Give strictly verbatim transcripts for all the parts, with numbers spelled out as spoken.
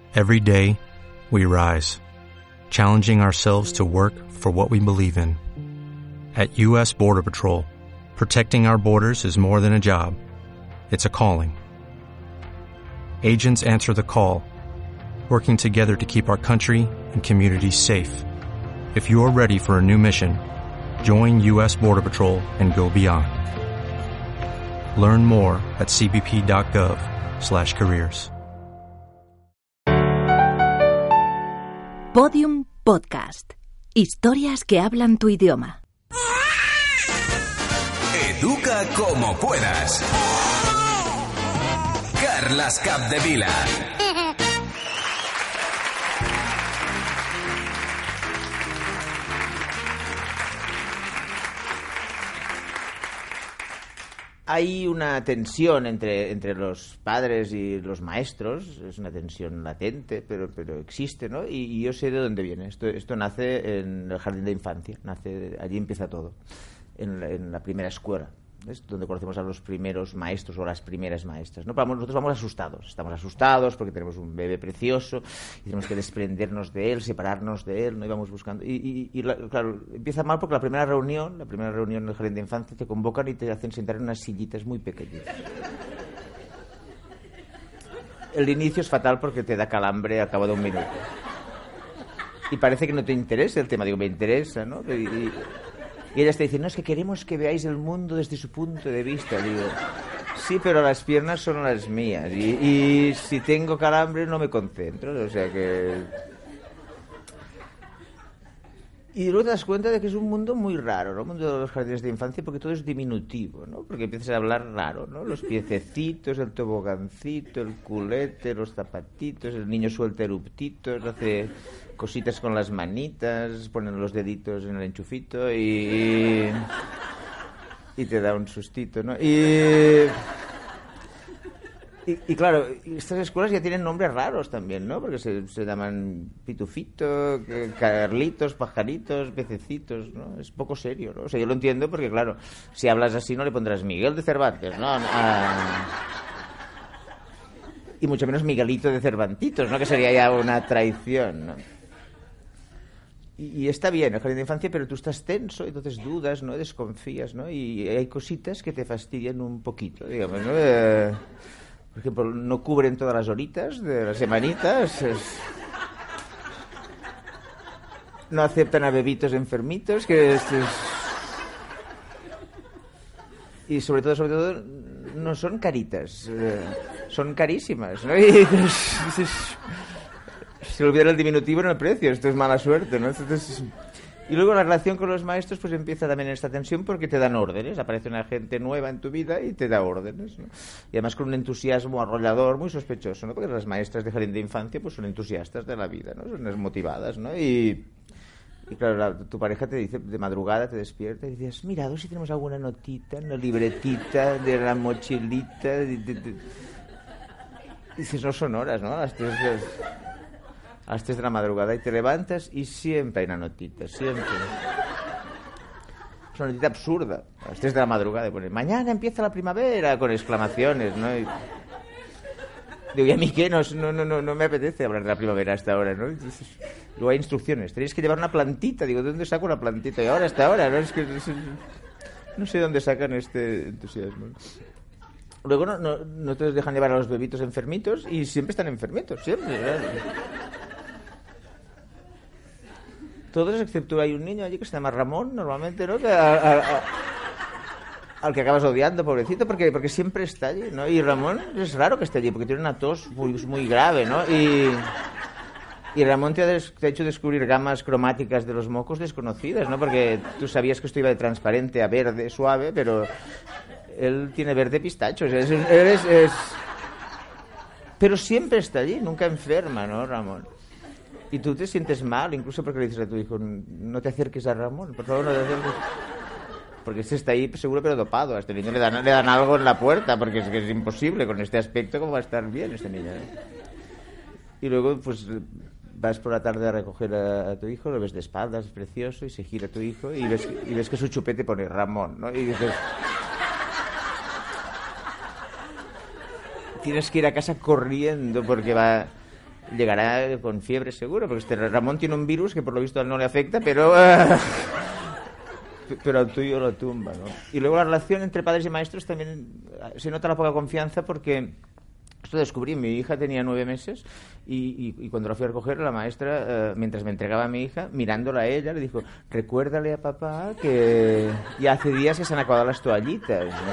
Every day, we rise, challenging ourselves to work for what we believe in. At U S Border Patrol, protecting our borders is more than a job. It's a calling. Agents answer the call, working together to keep our country and communities safe. If you're ready for a new mission, join U S Border Patrol and go beyond. Learn more at c b p dot gov slash careers. Podium Podcast. Historias que hablan tu idioma. Educa como puedas. Carlas Capdevila. Hay una tensión entre, entre los padres y los maestros, es una tensión latente, pero, pero existe, ¿no? Y, y yo sé de dónde viene. Esto, esto nace en el jardín de infancia, nace, allí empieza todo, en la, en la primera escuela. Es donde conocemos a los primeros maestros o las primeras maestras, ¿no? Vamos, nosotros vamos asustados, estamos asustados porque tenemos un bebé precioso y tenemos que desprendernos de él, separarnos de él, ¿no? Y vamos buscando. Y, y, y la, claro, empieza mal porque la primera reunión, la primera reunión en el jardín de infancia, te convocan y te hacen sentar en unas sillitas muy pequeñitas. El inicio es fatal porque te da calambre al cabo de un minuto. Y parece que no te interesa el tema, digo, me interesa, ¿no? Y, y, Y ella está diciendo, no, es que queremos que veáis el mundo desde su punto de vista. Digo, sí, pero las piernas son las mías. Y, y si tengo calambre no me concentro. O sea que... Y luego te das cuenta de que es un mundo muy raro, ¿no? El mundo de los jardines de infancia, porque todo es diminutivo, ¿no? Porque empiezas a hablar raro, ¿no? Los piececitos, el tobogancito, el culete, los zapatitos, el niño suelta eruptitos, hace cositas con las manitas, ponen los deditos en el enchufito y... y te da un sustito, ¿no? Y... Y, y claro, estas escuelas ya tienen nombres raros también, ¿no? Porque se, se llaman Pitufito, Carlitos, Pajaritos, Pececitos, ¿no? Es poco serio, ¿no? O sea, yo lo entiendo porque, claro, si hablas así no le pondrás Miguel de Cervantes, ¿no? Ah, y mucho menos Miguelito de Cervantitos, ¿no? Que sería ya una traición, ¿no? Y, y está bien el jardín de infancia, pero tú estás tenso y entonces dudas, ¿no? Desconfías, ¿no? Y hay cositas que te fastidian un poquito, digamos, ¿no? Eh, Por ejemplo, no cubren todas las horitas de las semanitas. Es... No aceptan a bebitos enfermitos, que es, es... Y sobre todo, sobre todo, no son caritas, eh, son carísimas, ¿no? Y es, es... se olvida el diminutivo en el precio, esto es mala suerte, ¿no? Entonces... Y luego la relación con los maestros pues empieza también en esta tensión porque te dan órdenes, aparece una gente nueva en tu vida y te da órdenes, ¿no? Y además con un entusiasmo arrollador muy sospechoso, ¿no? Porque las maestras de jardín de infancia pues son entusiastas de la vida, ¿no? Son motivadas, ¿no? Y, y claro, la, tu pareja te dice de madrugada, te despierta y dices, mira, a ver si tenemos alguna notita en la libretita de la mochilita. De, de, de... Y dices, no son horas, ¿no? A las tres de... a las tres de la madrugada y te levantas y siempre hay una notita, siempre. Es una notita absurda, a las tres de la madrugada, de poner, mañana empieza la primavera, con exclamaciones, ¿no? Y... digo, ¿y a mí qué? No, no, no, no me apetece hablar de la primavera hasta ahora, ¿no? Entonces, luego hay instrucciones, tenéis que llevar una plantita, digo, ¿de dónde saco una plantita? Y ahora, hasta ahora, ¿no? Es que no sé dónde sacan este entusiasmo. Luego no, no, no te dejan llevar a los bebitos enfermitos y siempre están enfermitos, siempre, ¿no? Todos, excepto hay un niño allí que se llama Ramón, normalmente, ¿no? Que a, a, a, al que acabas odiando, pobrecito, porque, porque siempre está allí, ¿no? Y Ramón es raro que esté allí, porque tiene una tos muy, muy grave, ¿no? Y, y Ramón te ha, des, te ha hecho descubrir gamas cromáticas de los mocos desconocidas, ¿no? Porque tú sabías que esto iba de transparente a verde suave, pero él tiene verde pistacho. O sea, es, es, es... Pero siempre está allí, nunca enferma, ¿no, Ramón? Y tú te sientes mal, incluso porque le dices a tu hijo, no te acerques a Ramón, por favor, no te acerques. Porque este está ahí seguro pero dopado. A este niño le dan, le dan algo en la puerta, porque es que es imposible con este aspecto, ¿cómo va a estar bien este niño? ¿Eh? Y luego, pues, vas por la tarde a recoger a, a tu hijo, lo ves de espaldas, es precioso, y se gira tu hijo, y ves, y ves que su chupete pone Ramón, ¿no? Y dices... tienes que ir a casa corriendo porque va... llegará con fiebre seguro, porque este Ramón tiene un virus que por lo visto a él no le afecta, pero... Uh, pero al tuyo lo tumba, ¿no? Y luego la relación entre padres y maestros también se nota la poca confianza porque esto descubrí, mi hija tenía nueve meses y, y, y cuando la fui a recoger la maestra, eh, mientras me entregaba a mi hija, mirándola a ella, le dijo, recuérdale a papá que ya hace días que se han acabado las toallitas, ¿no?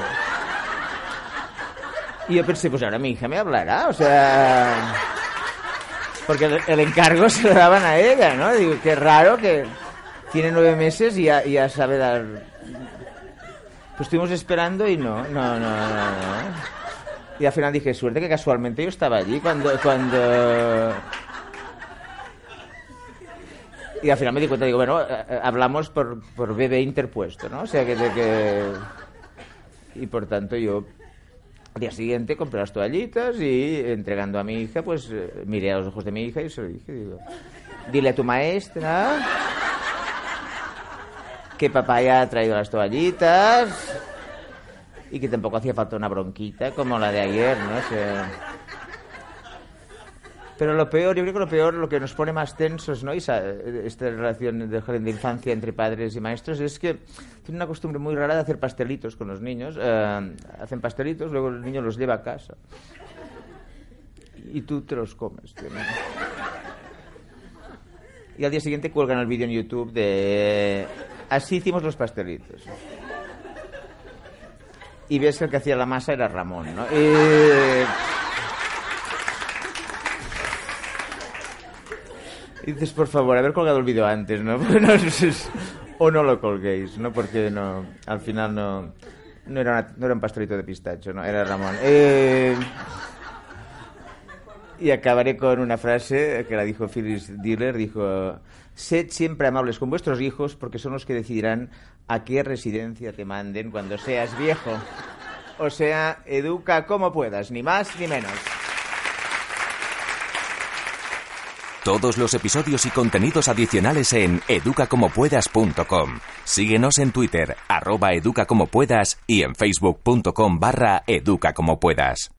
Y yo pensé, pues ahora mi hija me hablará, o sea... Porque el, el encargo se lo daban a ella, ¿no? Digo, qué raro que... Tiene nueve meses y ya, ya sabe dar... Pues estuvimos esperando y no, no, no, no, no. Y al final dije, suerte que casualmente yo estaba allí cuando... cuando... Y al final me di cuenta, digo, bueno, hablamos por, por bebé interpuesto, ¿no? O sea, que... que... Y por tanto yo... Al día siguiente compré las toallitas y entregando a mi hija, pues miré a los ojos de mi hija y se lo dije, digo... Dile a tu maestra... que papá ya ha traído las toallitas y que tampoco hacía falta una bronquita como la de ayer, ¿no? O sea... Pero lo peor, yo creo que lo peor, lo que nos pone más tensos, ¿no? Y esa, esta relación del jardín de infancia entre padres y maestros es que tienen una costumbre muy rara de hacer pastelitos con los niños. Eh, hacen pastelitos, luego el niño los lleva a casa y tú te los comes, tío, ¿no? Y al día siguiente cuelgan el vídeo en YouTube de... Así hicimos los pastelitos. Y ves que el que hacía la masa era Ramón, ¿no? Y, y dices, por favor, haber colgado el vídeo antes, ¿no? O no lo colguéis, ¿no? Porque no, al final no, no, era, una, no era un pastelito de pistacho, ¿no? Era Ramón. Eh... Y acabaré con una frase que la dijo Phyllis Diller, dijo... Sed siempre amables con vuestros hijos porque son los que decidirán a qué residencia te manden cuando seas viejo. O sea, educa como puedas, ni más ni menos. Todos los episodios y contenidos adicionales en educacomopuedas punto com. Síguenos en Twitter, arroba educacomopuedas y en facebook punto com barra educacomopuedas.